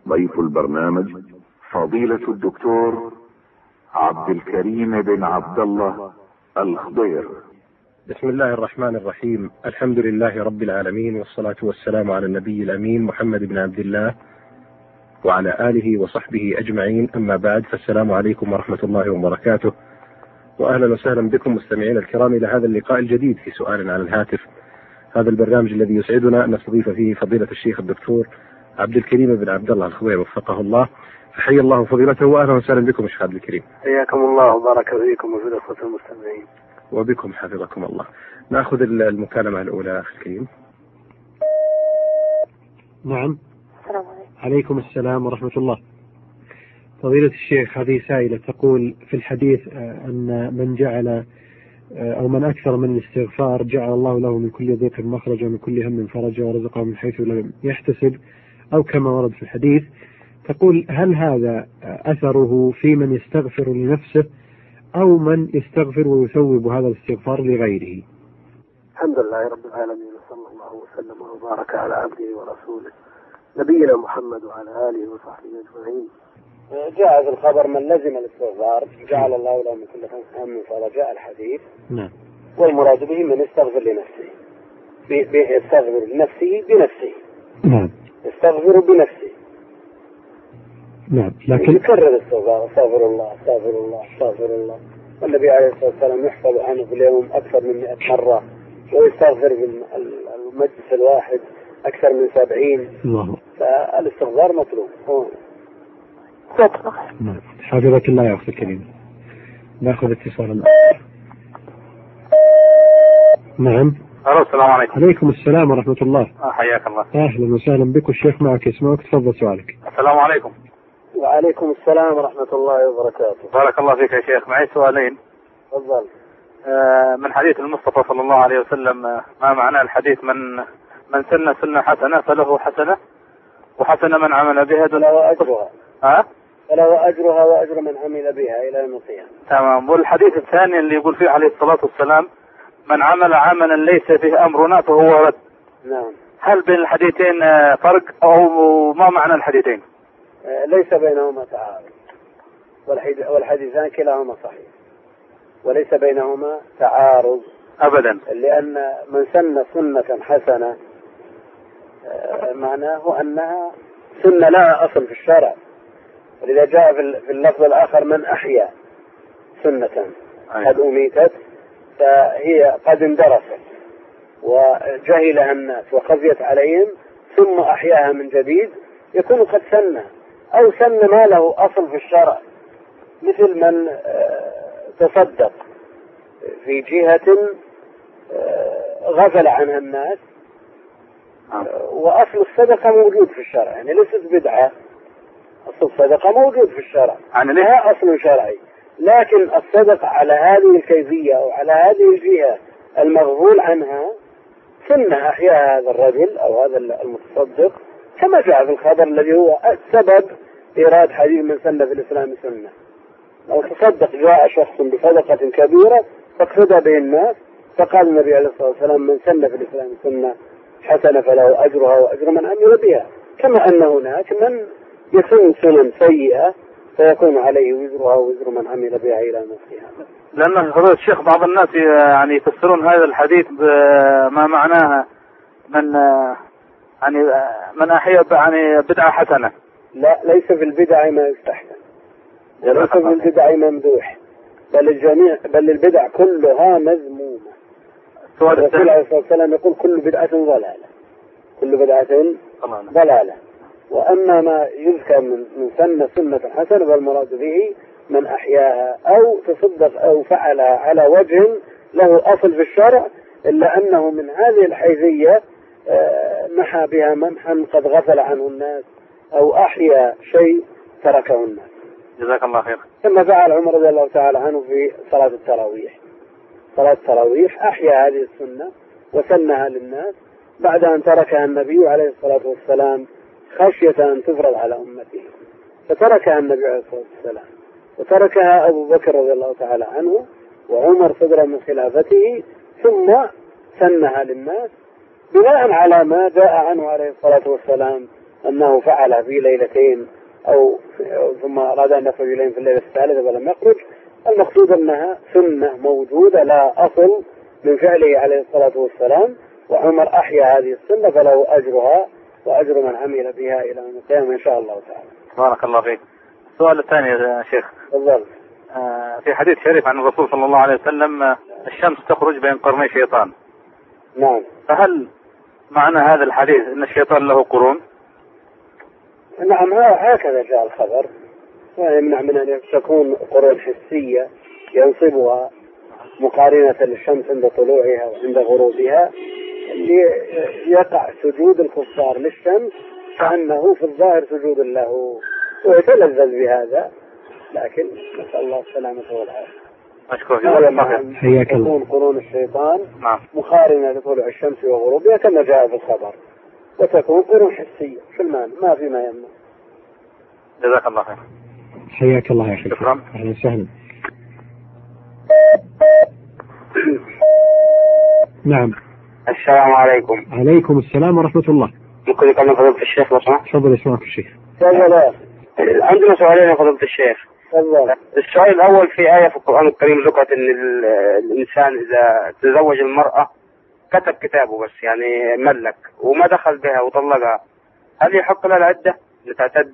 ضيف البرنامج فضيلة الدكتور عبد الكريم بن عبد الله الخضير. بسم الله الرحمن الرحيم. الحمد لله رب العالمين، والصلاة والسلام على النبي الأمين محمد بن عبد الله وعلى آله وصحبه أجمعين. أما بعد، فالسلام عليكم ورحمة الله وبركاته، وأهلا وسهلا بكم مستمعين الكرام إلى هذا اللقاء الجديد في سؤال على الهاتف. هذا البرنامج الذي يسعدنا أن نستضيف فيه فضيلة الشيخ الدكتور عبد الكريم بن عبد الله الخضير وفقه الله. فحي الله فضيلته، وأهلا وسهلا بكم شيخ عبد الكريم. حياكم الله وبارك فيكم وفي الأخوة المستمعين. وبكم حفظكم الله. نأخذ المكالمة الأولى أخي الكريم. نعم. السلام عليكم. عليكم السلام ورحمة الله. فضيلة الشيخ، هذه سائلة تقول في الحديث أن من جعل أو من أكثر من الاستغفار جعل الله له من كل ضيق مخرجا ومن كل هم فرجا ورزقه من حيث لم يحتسب، أو كما ورد في الحديث. تقول هل هذا أثره في من يستغفر لنفسه أو من يستغفر ويثوب هذا الاستغفار لغيره؟ الحمد لله رب العالمين، وصلى الله وسلم وبارك على عبده ورسوله نبينا محمد وعلى آله وصحبه أجمعين. جاء في الخبر من لزم الاستغفار جعل الله له من كل هم فرجاء الحديث. نعم. والمراد به من يستغفر لنفسه، يستغفر لنفسه بنفسه. نعم. يستغفر بنفسه. نعم. لكن يكرر الاستغفار، استغفر الله استغفر الله استغفر الله. والنبي عليه الصلاة والسلام يحفظ عنه في اليوم أكثر من 100 مرة، ويستغفر في المجلس الواحد أكثر من 70. الله. فالاستغفار مطلوب. نعم. حفظك الله يا أخي الكريم. نأخذ اتصالا. نعم. السلام عليكم. عليكم السلام ورحمة الله. حياك الله. أهلا وسهلا بك، الشيخ معك يسمعك، تفضل سؤالك. السلام عليكم. وعليكم السلام ورحمة الله وبركاته. بارك الله فيك يا شيخ. معي سؤالين. تفضل. من حديث المصطفى صلى الله عليه وسلم، ما معنى الحديث من سن سنة حسنة فله حسنة، وحسنة من عمل بها فله أجرها. فله أجرها وأجر من عمل بها إلى يوم القيامة. تمام. والحديث الثاني اللي يقول فيه عليه الصلاة والسلام من عمل عملا ليس فيه أمرنا فهو رد. نعم. هل بين الحديثين فرق، أو ما معنى الحديثين؟ ليس بينهما تعارض، والحديثان كلاهما صحيح، وليس بينهما تعارض أبدا. لأن من سن سنة حسنة معناه أنها سنة لها أصل في الشرع، ولذا جاء في اللفظ الآخر من أحيا سنة قد أميتت فهي قد اندرست وجهلها الناس وخفيت عليهم ثم أحياها من جديد، يكون قد سنها، أو سن ما له أصل في الشرع، مثل من تصدق في جهة غفل عنها الناس، وأصل الصدقة موجود في الشرع، يعني ليست بدعة، أصل الصدقة موجود في الشرع، يعني لها أصل شرعي، لكن الصدقة على هذه الكيفية أو على هذه الجهة المغفول عنها سنة أحياها هذا الرجل أو هذا المتصدق، كما جاء في الخبر الذي هو سبب إيراد حديث من سن في الإسلام سنة. لو تصدق جاء شخص بصدقة كبيرة فاقتدى به الناس، فقال النبي عليه الصلاة والسلام من سن في الإسلام سنة حسنة فله أجرها وأجر من عمل بها، كما أن هناك من يسن سنن سيئة فيكون عليه وزرها ووزر من عمل بها إلى نفسها. لأن فضيلة الشيخ بعض الناس يعني يفسرون هذا الحديث بما معناها من أحيا يعني بدعة حسنة. لا، ليس في البدع ما يستحسن، وليس في البدع ممدوح، بل البدع كلها مذمومة. الرسول عليه الصلاة والسلام يقول كل بدعة ضلالة، كل بدعة ضلالة. وأما ما يذكر من سنة حسنة فالمراد به من أحياها أو تصدق أو فعلها على وجه له أصل في الشرع، إلا أنه من هذه الحيثية محى بها ممحا قد غفل عنه الناس أو أحيا شيء تركه الناس. جزاك الله خير. كما فعل عمر رضي الله تعالى عنه في صلاة التراويح. صلاة التراويح أحيا هذه السنة وسنها للناس بعد أن تركها النبي عليه الصلاة والسلام خشية أن تفرض على أمته، فتركها النبي عليه الصلاة والسلام، وتركها أبو بكر رضي الله تعالى عنه وعمر صدرا من خلافته، ثم سنها للناس بناء على ما جاء عنه عليه الصلاة والسلام أنه فعل في ليلتين أو ثم أراد أن يخرج إليهم في الليلة الثالثة ولم يخرج. المقصود أنها سنة موجودة لا أصل من فعله عليه الصلاة والسلام، وعمر أحيا هذه السنة فله أجرها وأجر من عمل بها إلى يوم القيامة إن شاء الله تعالى. بارك الله فيك. السؤال الثاني يا شيخ. تفضل. في حديث شريف عن الرسول صلى الله عليه وسلم الشمس تخرج بين قرني شيطان. نعم. فهل معنى هذا الحديث أن الشيطان له قرون؟ نعم هكذا جاء الخبر، ويمنع من أن تكون قرون حسية ينصبها مقارنة للشمس عند طلوعها وعند غروبها، يقع سجود الكفار للشمس كأنه في الظاهر سجود له ويتلذذ بهذا، لكن نسأل الله السلامة والعافية. أشكرك. تكون قرون الشيطان مقارنة لطلوع الشمس وغروبها كما جاء في الخبر، وتكون قرون حسية في المعنى ما فيما يمنع. جزاك الله خير. حياك الله يا أخي. شكرا. أهلا وسهلا. نعم. السلام عليكم. عليكم السلام ورحمة الله. ممكن يكلم فضيلة الشيخ لو سمحت؟ تفضل اسمعك الشيخ. تفضل. عندنا سؤالين يا فضيلة الشيخ. تفضل. السؤال الأول، في آية في القرآن الكريم ذكرت إن الإنسان إذا تزوج المرأة كتب كتابه بس يعني ملك وما دخل بها وطلقها، هل يحق لها العدة لتعتد؟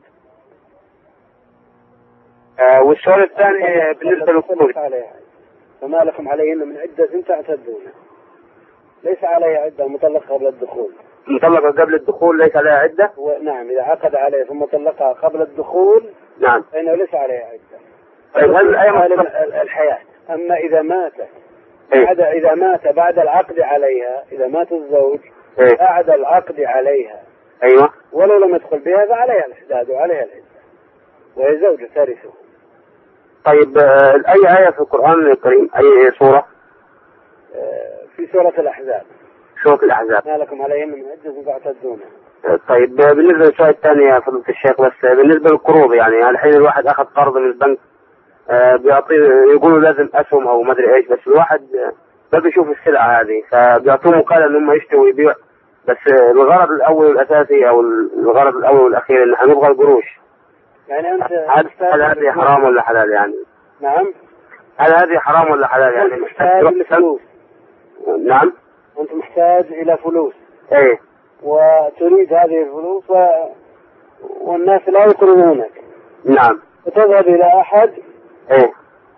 والسؤال الثاني بالنسبة للخروج. فما لكم عليهن من عدة تعتدون. ليس عليها عدة مطلقة قبل الدخول. مطلقة قبل الدخول ليس عليها عدة؟ نعم، إذا عقد عليها ثم طلقها قبل الدخول نعم فإنه ليس عليها عدة. طيب هل الحياة. أما إذا ماتت إذا مات بعد العقد عليها، إذا مات الزوج بعد العقد عليها أيوة ولو لم يدخل بها فعليها الحداد وعليها العدة وهي زوجة ترثه. طيب أي آية في القرآن الكريم، أي سورة؟ في سورة الأحزاب. سورة الأحزاب. ما لكم عليهن من عدة تعتدونها. طيب بالنسبة للسؤال الثاني يا فضيلة الشيخ، بس بالنسبة للقروض يعني الحين الواحد أخذ قرض من البنك بيعطيه يقولوا لازم أسهم أو ما أدري إيش، بس الواحد ما بيشوف السلعة هذه فبيعطوه مقالة إن هم يشتروا ويبيع، بس الغرض الأول والأساسي أو الغرض الأول والأخير إن هنبغى القروش. يعني أنت هل هذه حرام ولا حلال يعني؟ نعم. هل هذه حرام ولا حلال يعني؟ أنت محتاج لفلوس. نعم. أنت محتاج إلى فلوس. إيه. وتريد هذه الفلوس والناس لا يقرضونك. نعم. وتذهب إلى أحد. إيه.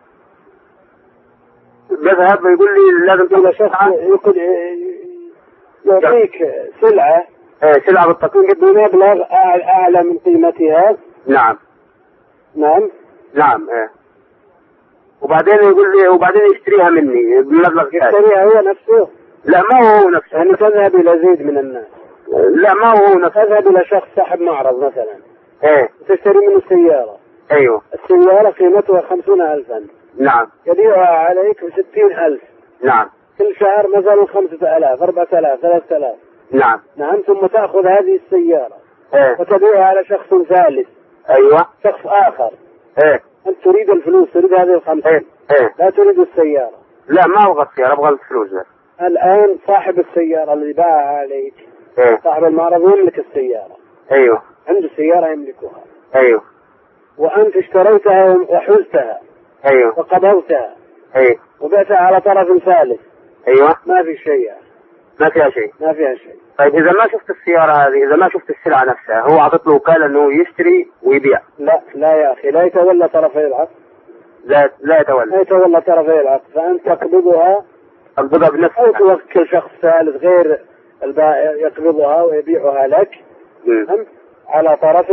بذهب يقول لي لازم إلى شخص يعطيك سلعة. إيه سلعة بالتقييم بمبلغ أعلى من قيمتها. نعم. نعم. نعم. إيه. وبعدين يقول لي وبعدين يشتريها مني بمبلغ كذا. يشتريها هو نفسه؟ لا ما هو نفسه. يعني تذهب إلى زيد من الناس. لا ما هو نفسه. تذهب إلى شخص صاحب معرض مثلا. إيه. تشتري منه سيارة. أيوه. السيارة قيمتها 50,000. نعم. يبيعها عليك ب60,000. نعم. كل شهر مثلا 5,000 4,000 3,000. نعم. نعم. ثم تأخذ هذه السيارة. إيه. وتبيعها على شخص ثالث. أيوه. شخص آخر. إيه. أنت تريد الفلوس، تريد هذه 50. إيه. إيه. لا تريد السيارة. لا ما أبغى السيارة، أبغى الفلوس بس. الآن صاحب السيارة اللي باعها عليك. إيه. صاحب المعرض يملك السيارة. أيوه. عنده سيارة يملكها. أيوه. وأنت اشتريتها وحزتها. أيوه. وقبضتها. أيوه. وبعتها على طرف ثالث. أيوه. ما في شيء يعني. ما فيها شيء. ما فيها شيء. طيب إذا ما شفت السيارة هذه، إذا ما شفت السلعة نفسها، هو عطت له وكالة إنه يشتري ويبيع. لا يا أخي، لا يتولى طرفي العقد. لا يتولى طرفي العقد، فأنت تقبضها بنفسك أو توكل شخص ثالث غير البائع يقبضها ويبيعها لك على طرف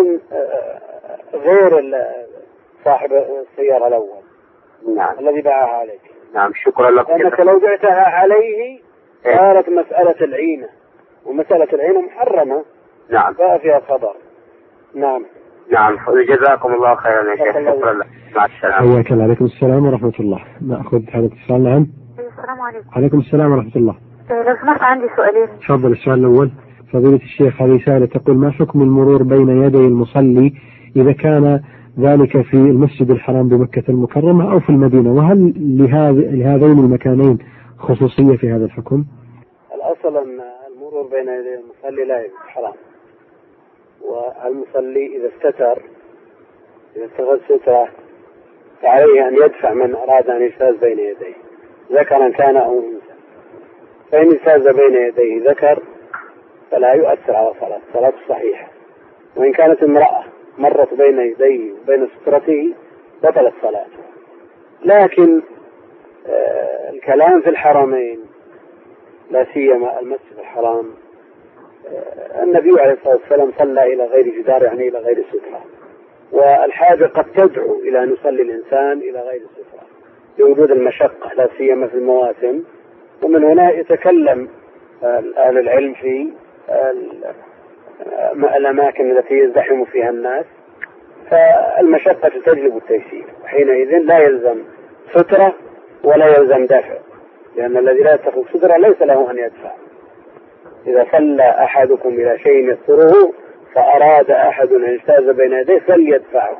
غير صاحب السيارة الأول. نعم. الذي باعها عليك. نعم. شكرا لك. لأنك لو بعتها عليه صارت مسألة العينة، ومسألة العينة محرمة. نعم. فيها خطر. نعم. نعم. جزاكم الله خيرا يا شيخ. شكرا لك. مع السلامة. حياك الله. عليكم السلام ورحمة الله. نأخذ هذا الاتصال. نعم. السلام عليكم. عليكم السلام ورحمة الله. لو سمحت عندي سؤالين. تفضل. السؤال الأول، فضيلة الشيخ هذه سائلة تقول: ما حكم المرور بين يدي المصلي إذا كان ذلك في المسجد الحرام بمكة المكرمة أو في المدينة، وهل لهذين المكانين خصوصية في هذا الحكم؟ الأصل أن المرور بين يدي المصلي لا يجوز، حرام. والمصلي إذا استتر، إذا اتخذ سترة، فعليه أن يدفع من أراد أن يجتاز بين يديه، ذكرا كان أو أنثى. فإن اجتاز بين يديه ذكر فلا يؤثر على صلاة صحيحة. وإن كانت امرأة مرت بين يديه وبين سترته بطلت صلاته. لكن الكلام في الحرمين، لا سيما المسجد الحرام، النبي عليه الصلاة والسلام صلى إلى غير جدار، يعني إلى غير سترة، والحاجة قد تدعو إلى أن يصلي الإنسان إلى غير سترة لوجود المشقة، لا سيما في المواسم. ومن هنا يتكلم أهل العلم في الأماكن التي يزدحم فيها الناس، فالمشقة تجلب التيسير، حينئذ لا يلزم سترة ولا يلزم دفع، لأن الذي لا يتخذ سترة ليس له أن يدفع. إذا صلى أحدكم إلى شيء يستره فأراد أحد أن يجتاز بين يديه فليدفعه.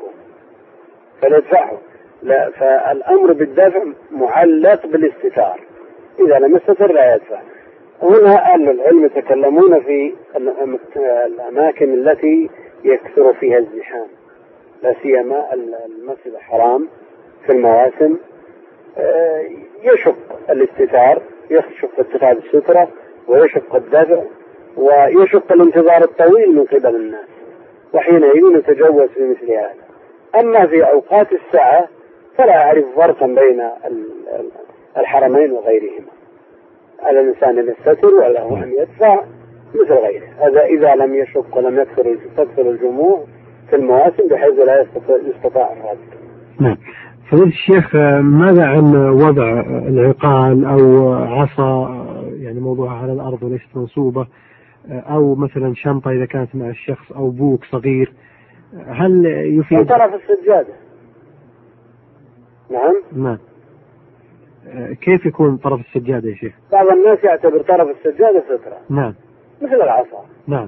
لا، فالأمر بالدفع معلق بالاستتار، إذا لم يستتر لا يدفع. هنا أهل العلم يتكلمون في الأماكن التي يكثر فيها الزحام، لا سيما المسجد الحرام في المواسم، يشق الاستتار، يشق اتخاذ السترة، ويشق الدفع، ويشق الانتظار الطويل من قبل الناس، وحينئذ نتجوز في مثل هذا. أما في أوقات الساعة فلا أعرف فرقا بين الحرمين وغيرهما، على الإنسان أن يستتر وله أن يدفع مثل غيره، هذا إذا لم يشق ولم تكثر الجموع في المواسم بحيث لا يستطاع الرد. نعم. فضيلة الشيخ، ماذا عن وضع العقال أو عصا، يعني موضوعها على الأرض وليست منصوبة، أو مثلا شنطة إذا كانت مع الشخص، أو بوك صغير، هل يفيد؟ طرف السجادة. نعم. كيف يكون طرف السجادة يا شيخ؟ بعض الناس يعتبر طرف السجادة سترة. نعم. مثل العصا. نعم.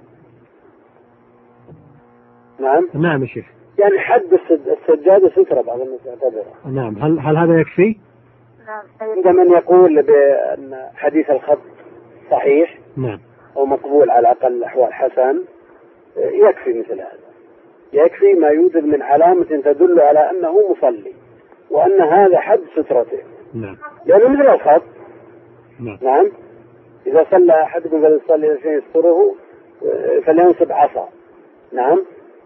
نعم يا شيخ. يعني حد السجادة سترة بعض الناس يعتبرها. نعم. هل هذا يكفي؟ نعم. عند من يقول بأن حديث الخط صحيح. نعم. أو مقبول على أقل الأحوال حسن، يكفي مثل هذا، يكفي ما يوجد من علامة تدل على أنه مصلي، وأن هذا حد سترته. نعم. لأنه مثل الخط. نعم. إذا صلى أحدكم فليصلي شيء يستره فلينصب عصا. نعم.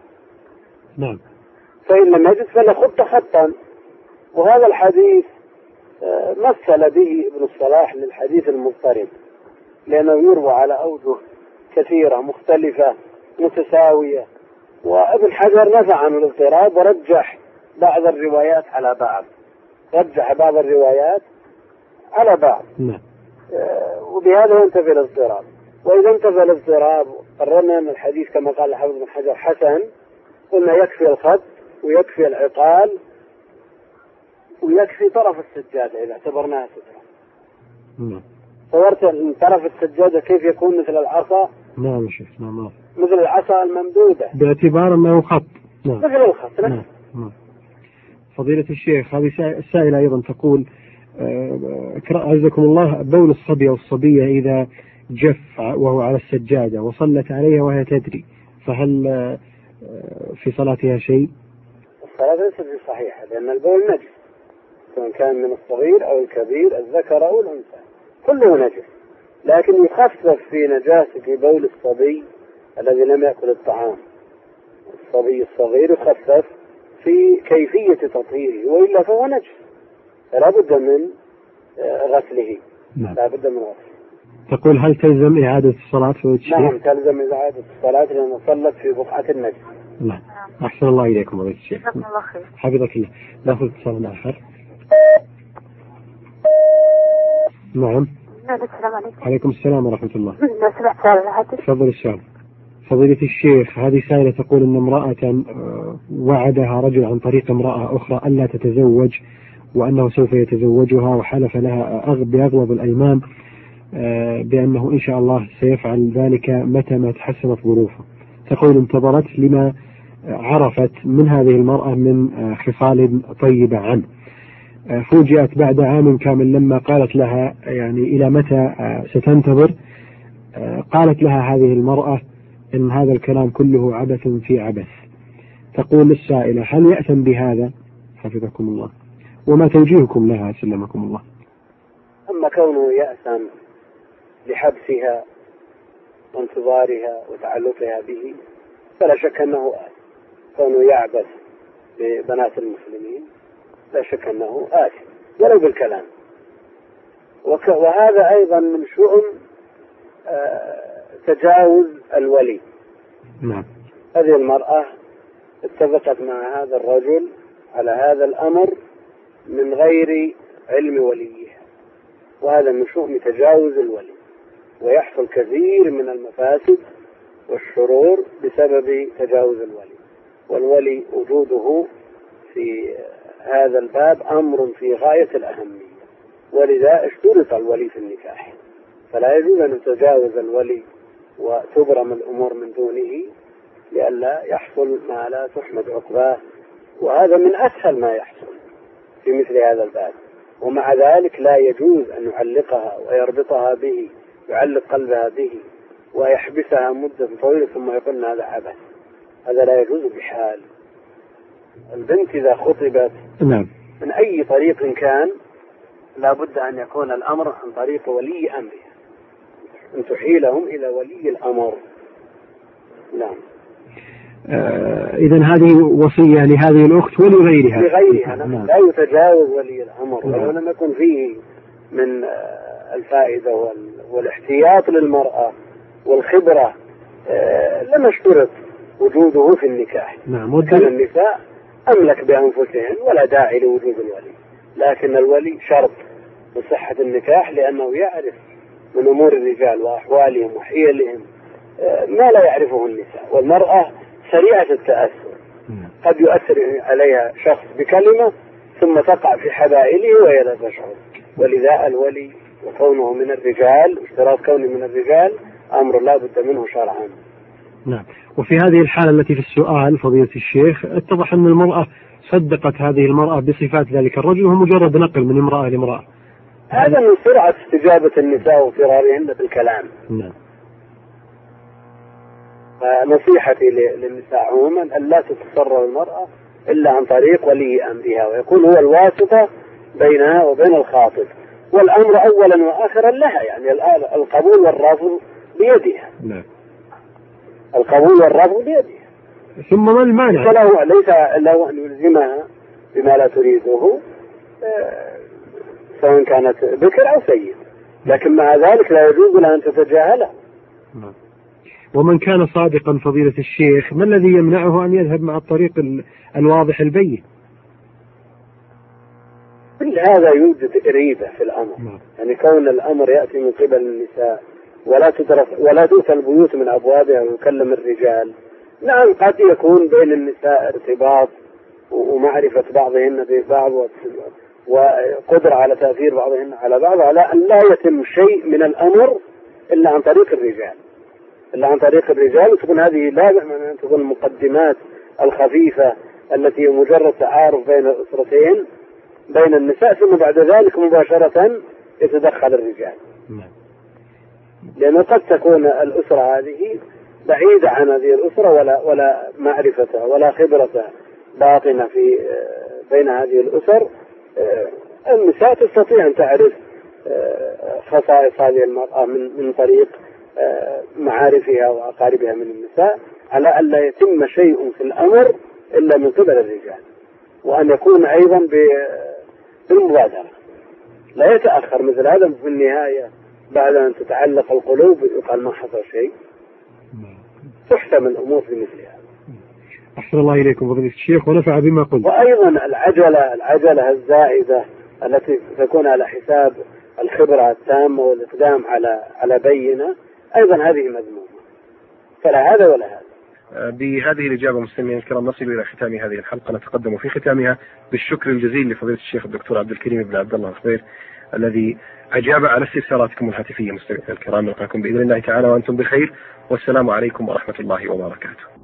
فإن لم يجد فليخط خطا. وهذا الحديث مثل به ابن الصلاح للحديث المضطرب، لأنه يروى على أوجه كثيرة مختلفة متساوية، وابن حجر نفى عن الاضطراب ورجح بعض الروايات على بعض، وبهذا ينتفي الاضطراب. وإذا انتفى الاضطراب قررنا أن الحديث كما قال الحافظ ابن حجر حسن، قلنا يكفي الخط ويكفي العقال ويكفي طرف السجادة إذا اعتبرناها سترة. صورت طرف السجادة كيف يكون مثل العصا؟ نعم شيخ. نعم. مثل العصا الممدودة باعتبار أنه خط. نعم. مثل الخط. نعم. فضيلة الشيخ، هذه السائلة أيضا تقول: عزكم الله، بول الصبي أو الصبية إذا جف وهو على السجادة وصلت عليها وهي تدري، فهل في صلاتها شيء؟ الصلاة ليست صحيحة، لأن البول نجس، سواء كان من الصغير أو الكبير، الذكر أو الأنثى، كله نجس. لكن يخفف في نجاسة بول الصبي الذي لم يأكل الطعام، الصبي الصغير يخفف في كيفية تطهيره، وإلا فهو نجس، فلا بد من غسله. نعم. لا بد من غسله. تقول: هل تلزم إعادة الصلاة في الشيخ؟ نعم، تلزم إعادة الصلاة لأنه صلت في بقعة النجس. نعم. أحسن الله إليكم فضيلة الشيخ. الله خير. حفظك الله. نأخذ اتصال آخر. نعم. السلام عليكم. عليكم السلام ورحمة الله. لو سمحت سؤال. تفضل السؤال. فضيلة الشيخ، هذه سائلة تقول أن امرأة وعدها رجل عن طريق امرأة أخرى ألا تتزوج، وأنه سوف يتزوجها، وحلف لها بأغلب الأيمان بأنه إن شاء الله سيفعل ذلك متى ما تحسنت ظروفه. تقول: انتظرت لما عرفت من هذه المرأة من خصال طيبة عنه، فوجئت بعد عام كامل لما قالت لها يعني إلى متى ستنتظر، قالت لها هذه المرأة إن هذا الكلام كله عبث في عبث. تقول السائلة: هل يأثم بهذا حفظكم الله؟ وما توجيهكم لها سلمكم الله؟ أما كونه يأثم لحبسها وانتظارها وتعلقها به فلا شك أنه آثم. كونه يعبث ببنات المسلمين لا شك أنه آثم ولو بالكلام. وهذا أيضا من شؤم تجاوز الولي. نعم. هذه المرأة اتفقت مع هذا الرجل على هذا الأمر من غير علم وليها، وهذا من شؤم تجاوز الولي، ويحصل كثير من المفاسد والشرور بسبب تجاوز الولي. والولي وجوده في هذا الباب أمر في غاية الأهمية، ولذا اشترط الولي في النكاح، فلا يجوز أن يتجاوز الولي وتبرم الأمور من دونه لئلا يحصل ما لا تحمد عقباه، وهذا من أسهل ما يحصل في مثل هذا الباب. ومع ذلك لا يجوز أن يعلقها ويربطها به، يعلق قلبها به ويحبسها مدة طويلة ثم يقول هذا عبث، هذا لا يجوز بحال. البنت إذا خطبت من أي طريق كان لا بد أن يكون الأمر عن طريق ولي أمرها، أن تحيلهم إلى ولي الأمر. نعم. إذن هذه وصية لهذه الأخت ولغيرها. لغيرها. نعم. لا يتجاوز ولي الأمر. ولو لم يكن فيه من الفائدة والاحتياط للمرأة والخبرة لم يشترط وجوده في النكاح. نعم. كان النساء أملك بأنفسهن ولا داعي لوجود الولي، لكن الولي شرط لصحة النكاح، لأنه يعرف من أمور الرجال وأحوالهم وحيلهم ما لا يعرفه النساء. والمرأة سريعة التأثر، قد يؤثر عليها شخص بكلمة ثم تقع في حبائله وهي لا تشعر. ولذا الولي وكونه من الرجال، اشتراط كونه من الرجال أمر لا بد منه شرعا. نعم. وفي هذه الحالة التي في السؤال فضيلة الشيخ اتضح أن المرأة صدقت هذه المرأة بصفات ذلك الرجل، وهو مجرد نقل من امرأة لامرأة. هذا من سرعة استجابة النساء وفرارهن بالكلام. نعم. نصيحتي للنساء عموما أن لا تتصرف المرأة إلا عن طريق ولي أمرها، ويكون هو الواسطة بينها وبين الخاطب، والأمر أولا وآخرا لها، يعني القبول والرفض بيدها. نعم. القبول والرفض بيدها. ثم ما المانع؟ ليس له أن يلزمها بما لا تريده سواء كانت بكر أو سيد، لكن مع ذلك لا يجوز لها أن تتجاهله. نعم. ومن كان صادقا فضيلة الشيخ ما الذي يمنعه أن يذهب مع الطريق الواضح البين؟ كل هذا يوجد ريبة في الأمر. يعني كون الأمر يأتي من قبل النساء ولا تؤتى البيوت من أبوابها ويكلم الرجال. نعم قد يكون بين النساء ارتباط ومعرفة بعضهن ببعض وقدرة على تأثير بعضهن على بعض، على أن لا يتم شيء من الأمر إلا عن طريق الرجال. وتكون هذه لازم أن تكون المقدمات الخفيفة التي مجرد تعارف بين الأسرتين بين النساء، ثم بعد ذلك مباشرة يتدخل الرجال. لأنه قد تكون الأسرة هذه بعيدة عن هذه الأسرة ولا معرفتها ولا خبرتها باطنة في بين هذه الأسر. النساء تستطيع أن تعرف خصائص هذه المرأة من طريق معارفها وأقاربها من النساء، على أن لا يتم شيء في الأمر إلا من قبل الرجال، وأن يكون أيضا بالمبادرة، لا يتأخر مثل هذا في النهاية بعد أن تتعلق القلوب يقال ما حصل شيء. تحتم الأمور في مثل هذا. أحسن الله إليكم فضيلة الشيخ ونفع بما قلت. وأيضا العجلة الزائدة التي تكون على حساب الخبرة التامة والإقدام على بينة أيضا هذه مذمومة، فلا هذا ولا هذا. بهذه الإجابة مستمعينا الكرام نصل إلى ختام هذه الحلقة. نتقدم في ختامها بالشكر الجزيل لفضيلة الشيخ الدكتور عبد الكريم بن عبد الله الخضير الذي أجاب على استفساراتكم الهاتفية. مستمعينا الكرام نلقاكم بإذن الله تعالى وأنتم بخير، والسلام عليكم ورحمة الله وبركاته.